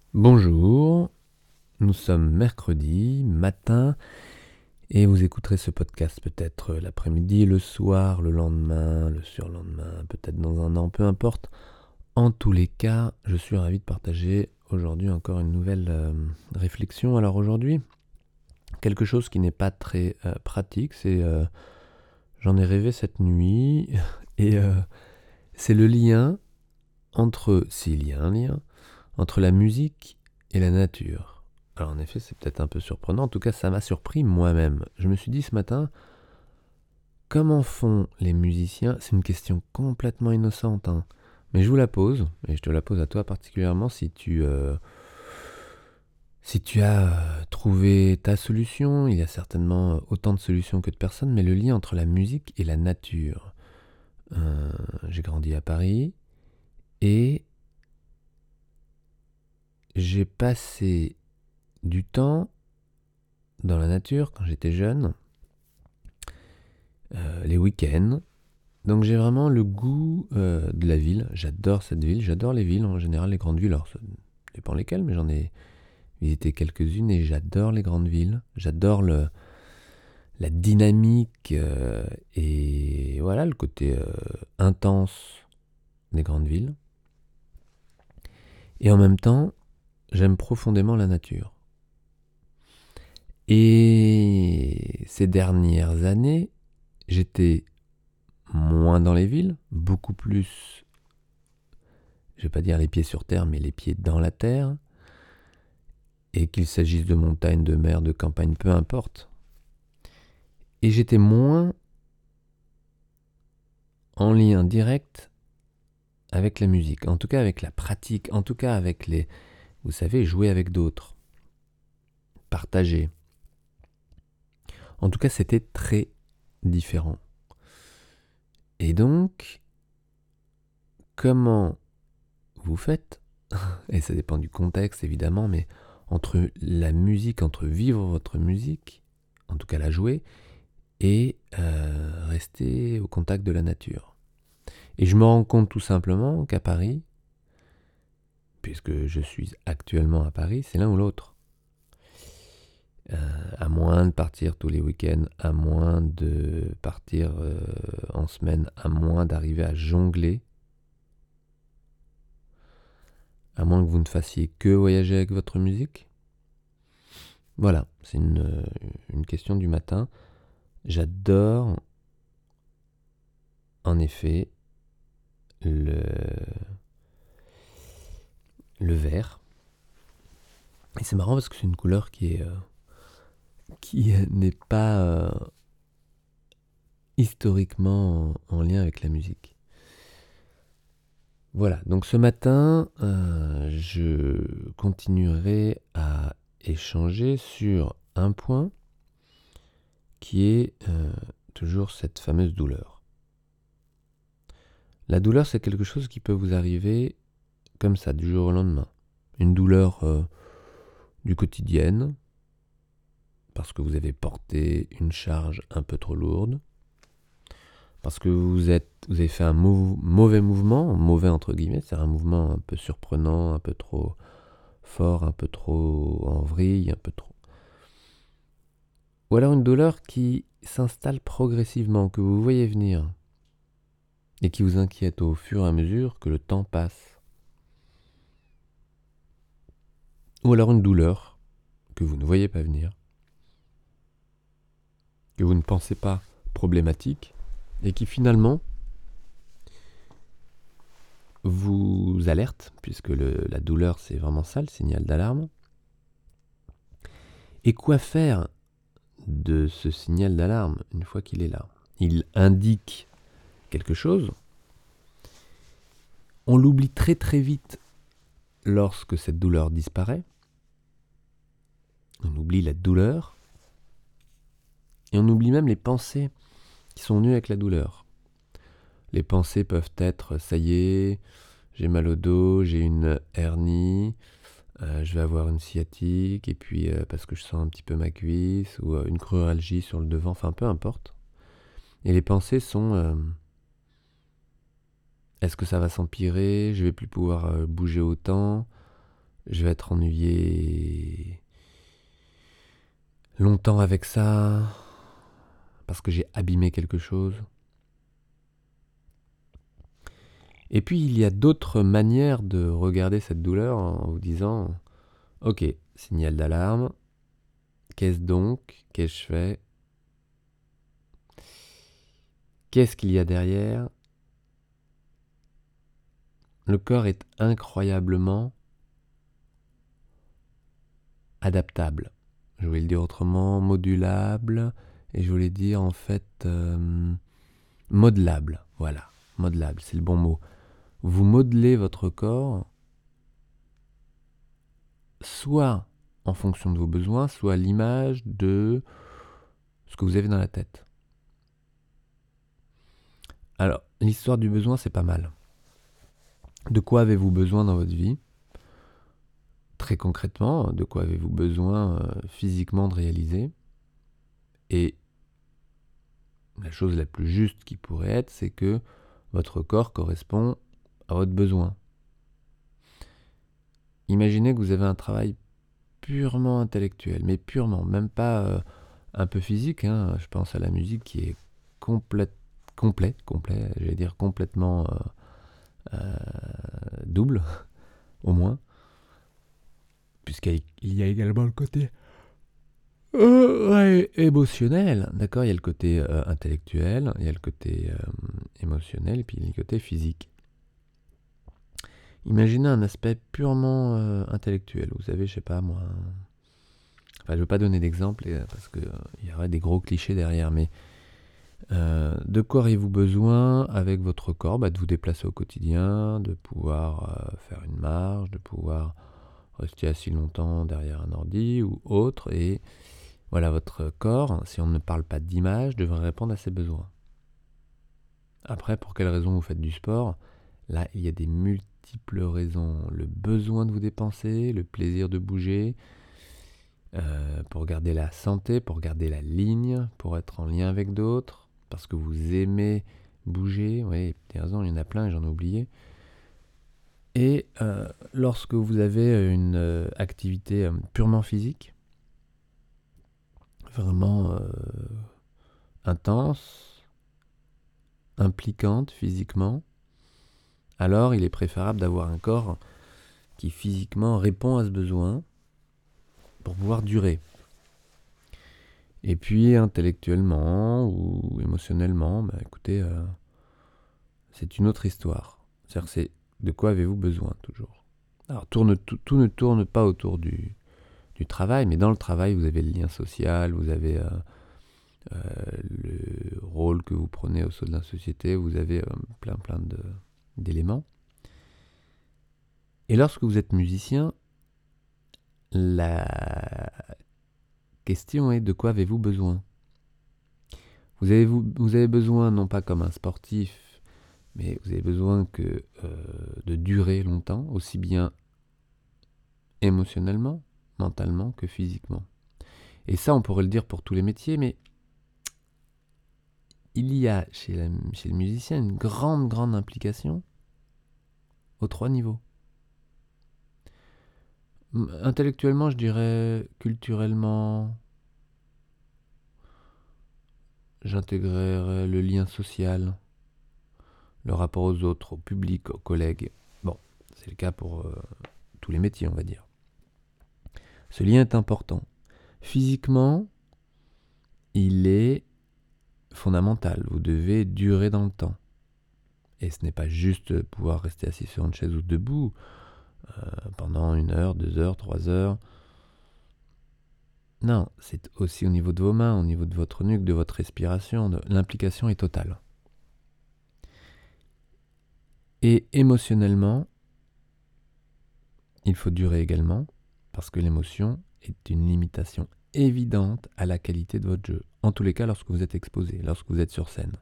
Bonjour, nous sommes mercredi matin et vous écouterez ce podcast peut-être l'après-midi, le soir, le lendemain, le surlendemain, peut-être dans un an, peu importe. En tous les cas, je suis ravi de partager aujourd'hui encore une nouvelle réflexion. Alors aujourd'hui, quelque chose qui n'est pas très pratique, j'en ai rêvé cette nuit et c'est le lien entre, s'il y a un lien, entre la musique et la nature. Alors en effet, c'est peut-être un peu surprenant, en tout cas ça m'a surpris moi-même. Je me suis dit ce matin, comment font les musiciens? C'est une question complètement innocente, hein. Mais je vous la pose, et je te la pose à toi particulièrement si tu as trouvé ta solution. Il y a certainement autant de solutions que de personnes, mais le lien entre la musique et la nature. J'ai grandi à Paris, et j'ai passé du temps dans la nature quand j'étais jeune, les week-ends. Donc j'ai vraiment le goût de la ville. J'adore cette ville, j'adore les villes en général, les grandes villes. Alors ça dépend lesquelles, mais j'en ai visité quelques-unes et j'adore les grandes villes. J'adore la dynamique et voilà le côté intense des grandes villes. Et en même temps, j'aime profondément la nature. Et ces dernières années, j'étais moins dans les villes, beaucoup plus, je vais pas dire les pieds sur terre, mais les pieds dans la terre. Et qu'il s'agisse de montagne, de mer, de campagne, peu importe. Et j'étais moins en lien direct avec la musique, en tout cas avec la pratique, en tout cas avec vous savez, jouer avec d'autres, partager. En tout cas, c'était très différent. Et donc, comment vous faites, et ça dépend du contexte évidemment, mais entre la musique, entre vivre votre musique, en tout cas la jouer, et rester au contact de la nature. Et je me rends compte tout simplement qu'à Paris, puisque je suis actuellement à Paris, c'est l'un ou l'autre. À moins de partir tous les week-ends, à moins de partir en semaine, à moins d'arriver à jongler, à moins que vous ne fassiez que voyager avec votre musique. Voilà, c'est une question du matin. J'adore, en effet, le vert. Et c'est marrant parce que c'est une couleur qui n'est pas historiquement en lien avec la musique. Voilà, donc ce matin, je continuerai à échanger sur un point qui est toujours cette fameuse douleur. La douleur, c'est quelque chose qui peut vous arriver comme ça, du jour au lendemain. Une douleur du quotidien, parce que vous avez porté une charge un peu trop lourde, parce que vous avez fait un mauvais mouvement, mauvais entre guillemets, c'est un mouvement un peu surprenant, un peu trop fort, un peu trop en vrille, un peu trop. Ou alors une douleur qui s'installe progressivement, que vous voyez venir, et qui vous inquiète au fur et à mesure que le temps passe. Ou alors une douleur que vous ne voyez pas venir, que vous ne pensez pas problématique, et qui finalement vous alerte, puisque la douleur c'est vraiment ça, le signal d'alarme. Et quoi faire de ce signal d'alarme une fois qu'il est là? Il indique quelque chose. On l'oublie très très vite lorsque cette douleur disparaît. On oublie la douleur et on oublie même les pensées qui sont venues avec la douleur. Les pensées peuvent être ça y est, j'ai mal au dos, j'ai une hernie, je vais avoir une sciatique, et puis parce que je sens un petit peu ma cuisse, ou une cruralgie sur le devant, enfin peu importe. Et les pensées sont est-ce que ça va s'empirer? Je vais plus pouvoir bouger autant. je vais être ennuyé longtemps avec ça, parce que j'ai abîmé quelque chose. Et puis il y a d'autres manières de regarder cette douleur en vous disant « Ok, signal d'alarme, qu'est-ce donc? Qu'est-ce que je fais? Qu'est-ce qu'il y a derrière ?» Le corps est incroyablement adaptable. Je voulais le dire autrement, modulable, et je voulais dire en fait modelable. Voilà, modelable, c'est le bon mot. Vous modelez votre corps soit en fonction de vos besoins, soit à l'image de ce que vous avez dans la tête. Alors, l'histoire du besoin, c'est pas mal. De quoi avez-vous besoin dans votre vie ? Très concrètement, de quoi avez-vous besoin physiquement de réaliser ? Et la chose la plus juste qui pourrait être, c'est que votre corps correspond à votre besoin. Imaginez que vous avez un travail purement intellectuel, mais purement, même pas un peu physique. Je pense à la musique qui est complet, j'allais dire complètement double, au moins, puisqu'il y a également le côté émotionnel, d'accord ? Il y a le côté intellectuel, il y a le côté émotionnel, et puis il y a le côté physique. Imaginez un aspect purement intellectuel. Vous savez, je sais pas moi. Enfin, je ne veux pas donner d'exemple parce qu'il y aurait des gros clichés derrière, mais de quoi auriez-vous besoin avec votre corps ? De vous déplacer au quotidien, de pouvoir faire une marche, de pouvoir rester assis longtemps derrière un ordi ou autre. Et voilà, votre corps, si on ne parle pas d'image, devrait répondre à ses besoins. Après, pour quelles raisons vous faites du sport ? Là, il y a des multiples raisons. Le besoin de vous dépenser, le plaisir de bouger, pour garder la santé, pour garder la ligne, pour être en lien avec d'autres, parce que vous aimez bouger. Oui, des raisons, il y en a plein et j'en ai oublié. Et lorsque vous avez une activité purement physique, vraiment intense, impliquante physiquement, alors il est préférable d'avoir un corps qui physiquement répond à ce besoin pour pouvoir durer. Et puis intellectuellement ou émotionnellement, écoutez, c'est une autre histoire. C'est-à-dire c'est de quoi avez-vous besoin toujours. Alors tout ne tourne pas autour du travail, mais dans le travail vous avez le lien social, vous avez le rôle que vous prenez au sein de la société, vous avez plein d'éléments. Et lorsque vous êtes musicien, la question est de quoi avez-vous besoin ? Vous avez besoin non pas comme un sportif, mais vous avez besoin de durer longtemps, aussi bien émotionnellement, mentalement que physiquement. Et ça, on pourrait le dire pour tous les métiers, mais il y a chez le musicien une grande implication aux 3 niveaux. Intellectuellement, je dirais, culturellement, j'intégrerais le lien social, le rapport aux autres, au public, aux collègues. Bon, c'est le cas pour tous les métiers, on va dire. Ce lien est important. Physiquement, il est fondamental. Vous devez durer dans le temps. Et ce n'est pas juste pouvoir rester assis sur une chaise ou debout pendant 1 heure, 2 heures, 3 heures. Non, c'est aussi au niveau de vos mains, au niveau de votre nuque, de votre respiration. L'implication est totale. Et émotionnellement, il faut durer également, parce que l'émotion est une limitation évidente à la qualité de votre jeu. En tous les cas, lorsque vous êtes exposé, lorsque vous êtes sur scène.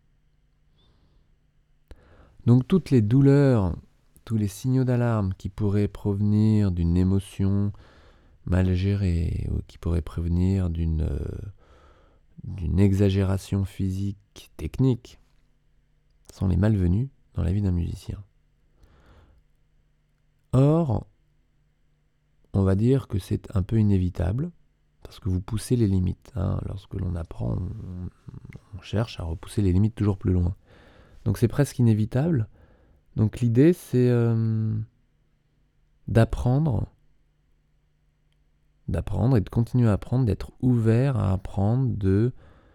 Donc toutes les douleurs, tous les signaux d'alarme qui pourraient provenir d'une émotion mal gérée, ou qui pourraient provenir d'une exagération physique, technique, sont les malvenus, dans la vie d'un musicien. Or, on va dire que c'est un peu inévitable, parce que vous poussez les limites. Lorsque l'on apprend, on cherche à repousser les limites toujours plus loin. Donc c'est presque inévitable. Donc l'idée, c'est d'apprendre et de continuer à apprendre, d'être ouvert à apprendre de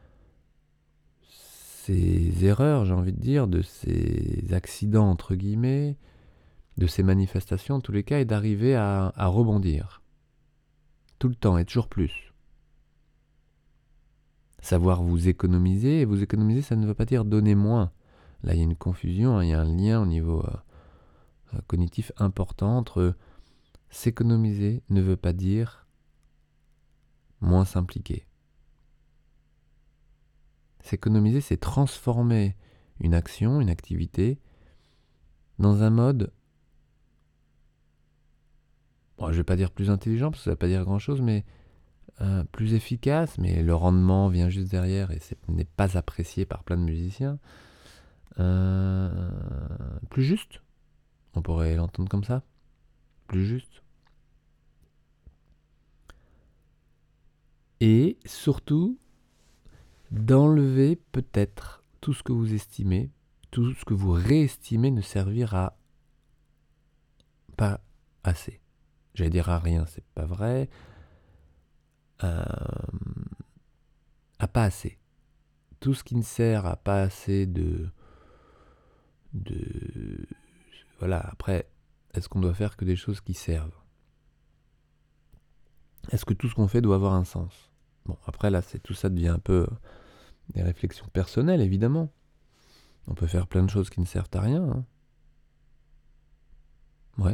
ces erreurs, j'ai envie de dire, de ces accidents, entre guillemets, de ces manifestations, en tous les cas, et d'arriver à rebondir. Tout le temps, et toujours plus. Savoir vous économiser, et vous économiser, ça ne veut pas dire donner moins. Là, il y a une confusion, il y a un lien au niveau cognitif important entre s'économiser ne veut pas dire moins s'impliquer. S'économiser, c'est transformer une action, une activité, dans un mode, bon, je ne vais pas dire plus intelligent, parce que ça ne veut pas dire grand-chose, mais plus efficace, mais le rendement vient juste derrière et n'est pas apprécié par plein de musiciens. Plus juste, on pourrait l'entendre comme ça, plus juste. Et surtout, d'enlever peut-être tout ce que vous estimez, tout ce que vous réestimez ne servira pas assez. J'allais dire à rien, c'est pas vrai. À pas assez. Tout ce qui ne sert à pas assez de voilà, après, est-ce qu'on doit faire que des choses qui servent? Est-ce que tout ce qu'on fait doit avoir un sens? Bon, après là, tout ça devient un peu des réflexions personnelles, évidemment. On peut faire plein de choses qui ne servent à rien. Hein. Ouais.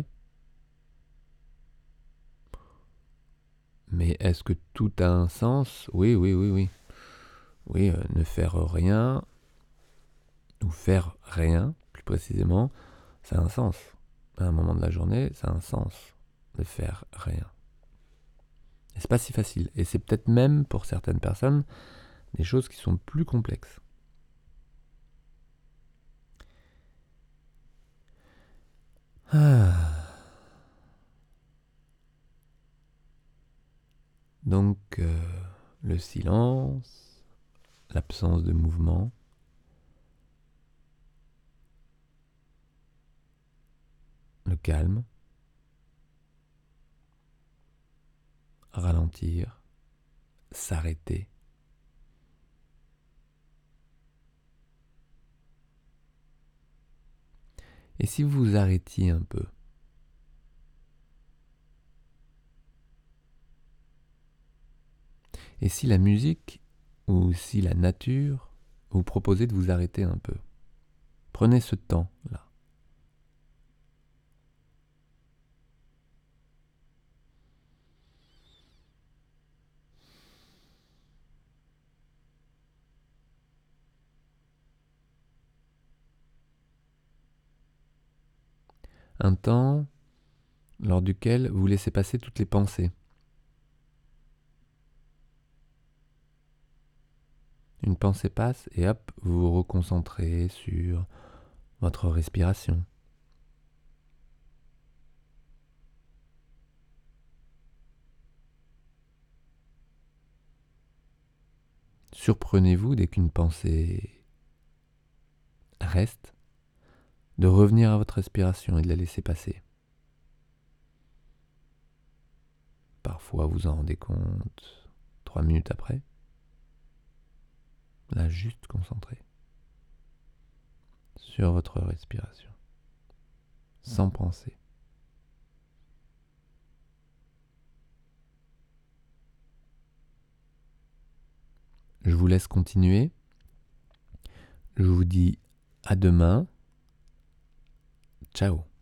Mais est-ce que tout a un sens? Oui. Oui, ne faire rien, ou faire rien, plus précisément, ça a un sens. À un moment de la journée, ça a un sens de faire rien. Et c'est pas si facile. Et c'est peut-être même, pour certaines personnes, des choses qui sont plus complexes. Donc, le silence, l'absence de mouvement, le calme, ralentir, s'arrêter. Et si vous vous arrêtiez un peu? Et si la musique ou si la nature vous proposait de vous arrêter un peu? Prenez ce temps-là. Un temps lors duquel vous laissez passer toutes les pensées. Une pensée passe et hop, vous vous reconcentrez sur votre respiration. Surprenez-vous dès qu'une pensée reste, de revenir à votre respiration et de la laisser passer. Parfois vous en rendez compte 3 minutes après. Là, juste concentré sur votre respiration, sans penser. Je vous laisse continuer. Je vous dis à demain. Ciao.